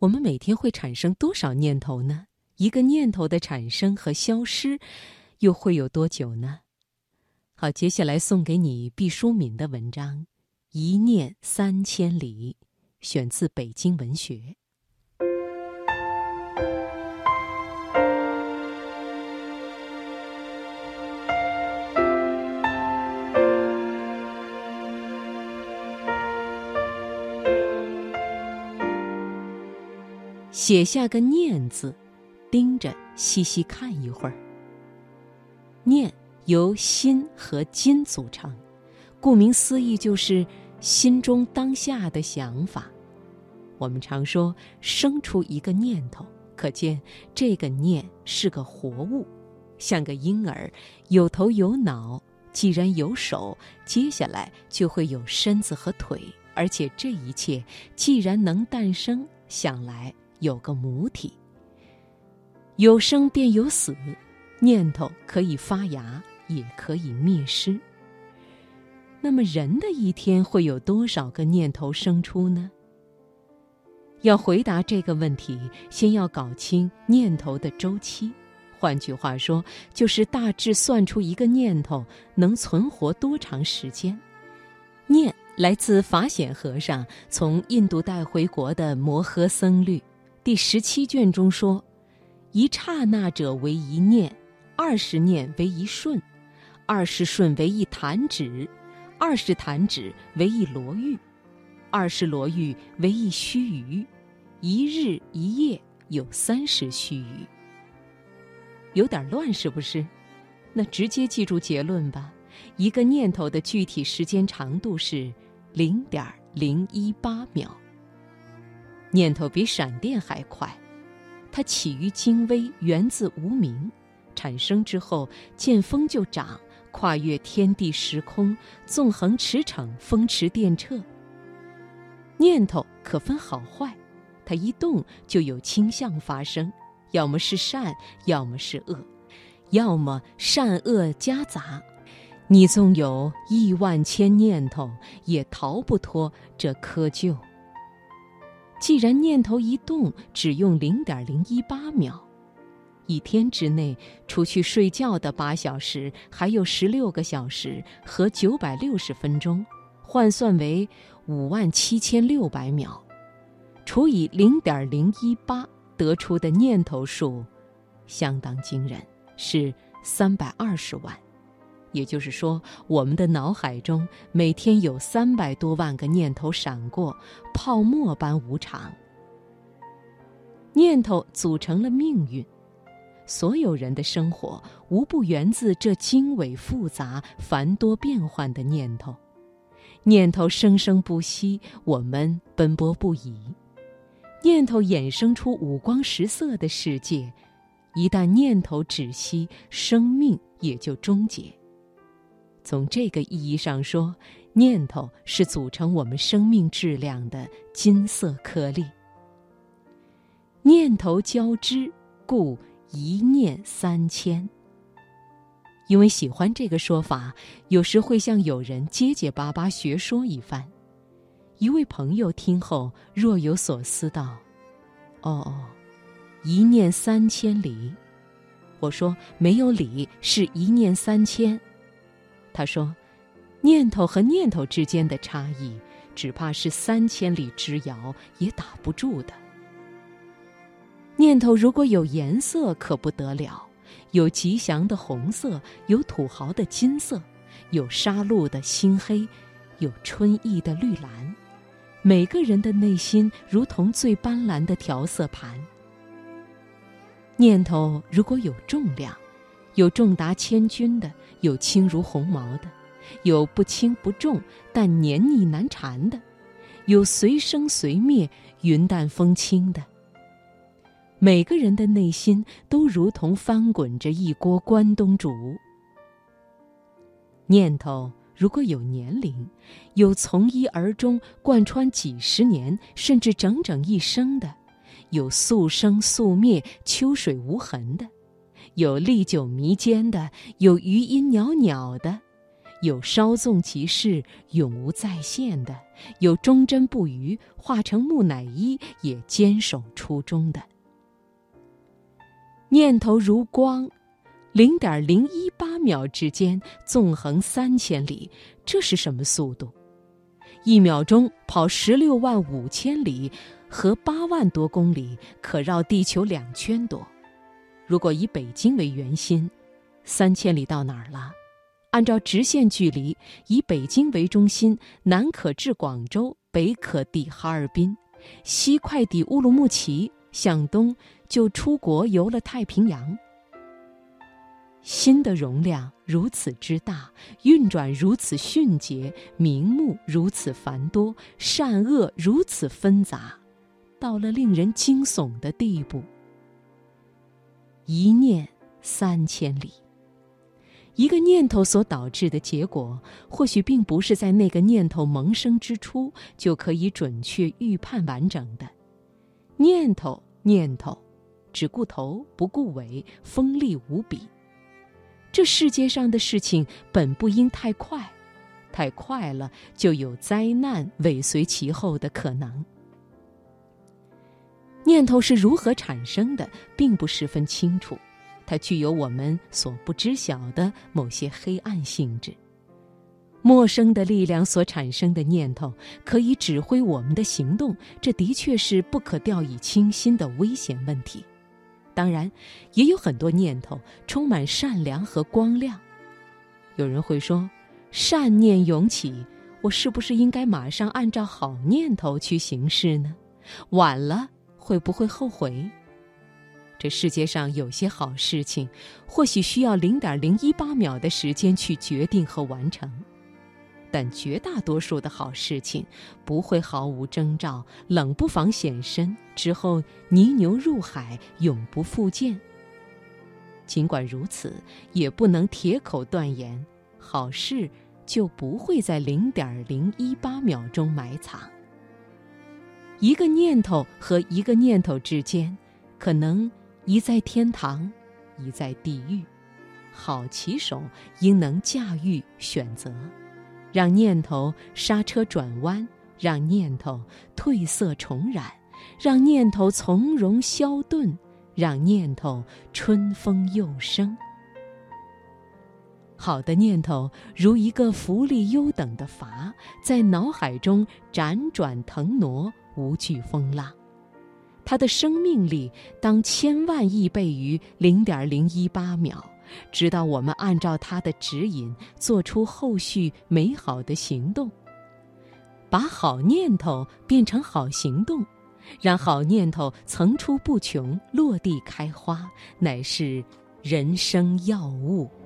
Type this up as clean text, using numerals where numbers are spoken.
我们每天会产生多少念头呢？一个念头的产生和消失，又会有多久呢？好，接下来送给你毕淑敏的文章《一念三千里》，选自北京文学。写下个念字，盯着细细看一会儿。念由心和筋组成，顾名思义就是心中当下的想法。我们常说生出一个念头，可见这个念是个活物，像个婴儿，有头有脑，既然有手，接下来就会有身子和腿，而且这一切既然能诞生，想来有个母体。有生便有死，念头可以发芽，也可以灭失。那么人的一天会有多少个念头生出呢？要回答这个问题，先要搞清念头的周期。换句话说，就是大致算出一个念头能存活多长时间。念来自法显和尚从印度带回国的《摩诃僧律》第17卷中说，一刹那者为一念，20念为一瞬，20瞬为一弹指，20弹指为一罗玉，20罗玉为一须臾，一日一夜有30须臾。有点乱是不是？那直接记住结论吧。一个念头的具体时间长度是0.018秒。念头比闪电还快，它起于精微，源自无名，产生之后见风就长，跨越天地时空，纵横驰骋，风驰电掣。念头可分好坏，它一动就有倾向发生，要么是善，要么是恶，要么善恶夹杂。你纵有10000念头，也逃不脱这窠臼。既然念头一动只用0.018秒，一天之内，除去睡觉的8小时，还有16个小时和960分钟，换算为57600秒，除以0.018，得出的念头数相当惊人，是320万。也就是说，我们的脑海中每天有300多万个念头闪过，泡沫般无常。念头组成了命运，所有人的生活无不源自这经纬复杂、繁多变幻的念头。念头生生不息，我们奔波不已。念头衍生出五光十色的世界，一旦念头止息，生命也就终结。从这个意义上说，念头是组成我们生命质量的金色颗粒。念头交织，故一念三千。因为喜欢这个说法，有时会向友人结结巴巴学说一番。一位朋友听后若有所思道：一念3000里。我说没有里，是一念3000。他说，念头和念头之间的差异，只怕是3000里之遥也打不住的。念头如果有颜色可不得了，有吉祥的红色，有土豪的金色，有杀戮的猩黑，有春意的绿蓝。每个人的内心如同最斑斓的调色盘。念头如果有重量，有重达千钧的，有轻如鸿毛的，有不轻不重但黏腻难缠的，有随生随灭云淡风轻的。每个人的内心都如同翻滚着一锅关东煮。念头如果有年龄，有从一而终贯穿几十年甚至整整一生的，有速生速灭秋水无痕的，有历久弥坚的，有余音袅袅的， 有稍纵即逝，永无再现的，有忠贞不渝，化成木乃伊也坚守初衷的。念头如光，0.018秒之间纵横3000里，这是什么速度？1秒钟跑16万5千里，和8万多公里，可绕地球2圈多。如果以北京为圆心，3000里到哪儿了？按照直线距离，以北京为中心，南可至广州，北可抵哈尔滨，西快抵乌鲁木齐，向东就出国游了太平洋。心的容量如此之大，运转如此迅捷，名目如此繁多，善恶如此纷杂，到了令人惊悚的地步。一念3000里，一个念头所导致的结果，或许并不是在那个念头萌生之初就可以准确预判完整的。念头，只顾头不顾尾，锋利无比。这世界上的事情本不应太快，太快了就有灾难尾随其后的可能。念头是如何产生的，并不十分清楚，它具有我们所不知晓的某些黑暗性质。陌生的力量所产生的念头可以指挥我们的行动，这的确是不可掉以轻心的危险问题。当然，也有很多念头充满善良和光亮。有人会说，善念涌起，我是不是应该马上按照好念头去行事呢？晚了会不会后悔？这世界上有些好事情，或许需要0.018秒的时间去决定和完成，但绝大多数的好事情不会毫无征兆，冷不防显身之后泥牛入海，永不复见。尽管如此，也不能铁口断言好事就不会在0.018秒钟埋藏。一个念头和一个念头之间，可能一在天堂，一在地狱。好棋手应能驾驭选择，让念头刹车转弯，让念头褪色重染，让念头从容消遁，让念头春风又生。好的念头如一个浮力优等的筏，在脑海中辗转腾挪，无惧风浪。它的生命力当1000万亿倍于0.018秒，直到我们按照它的指引做出后续美好的行动。把好念头变成好行动，让好念头层出不穷，落地开花，乃是人生要务。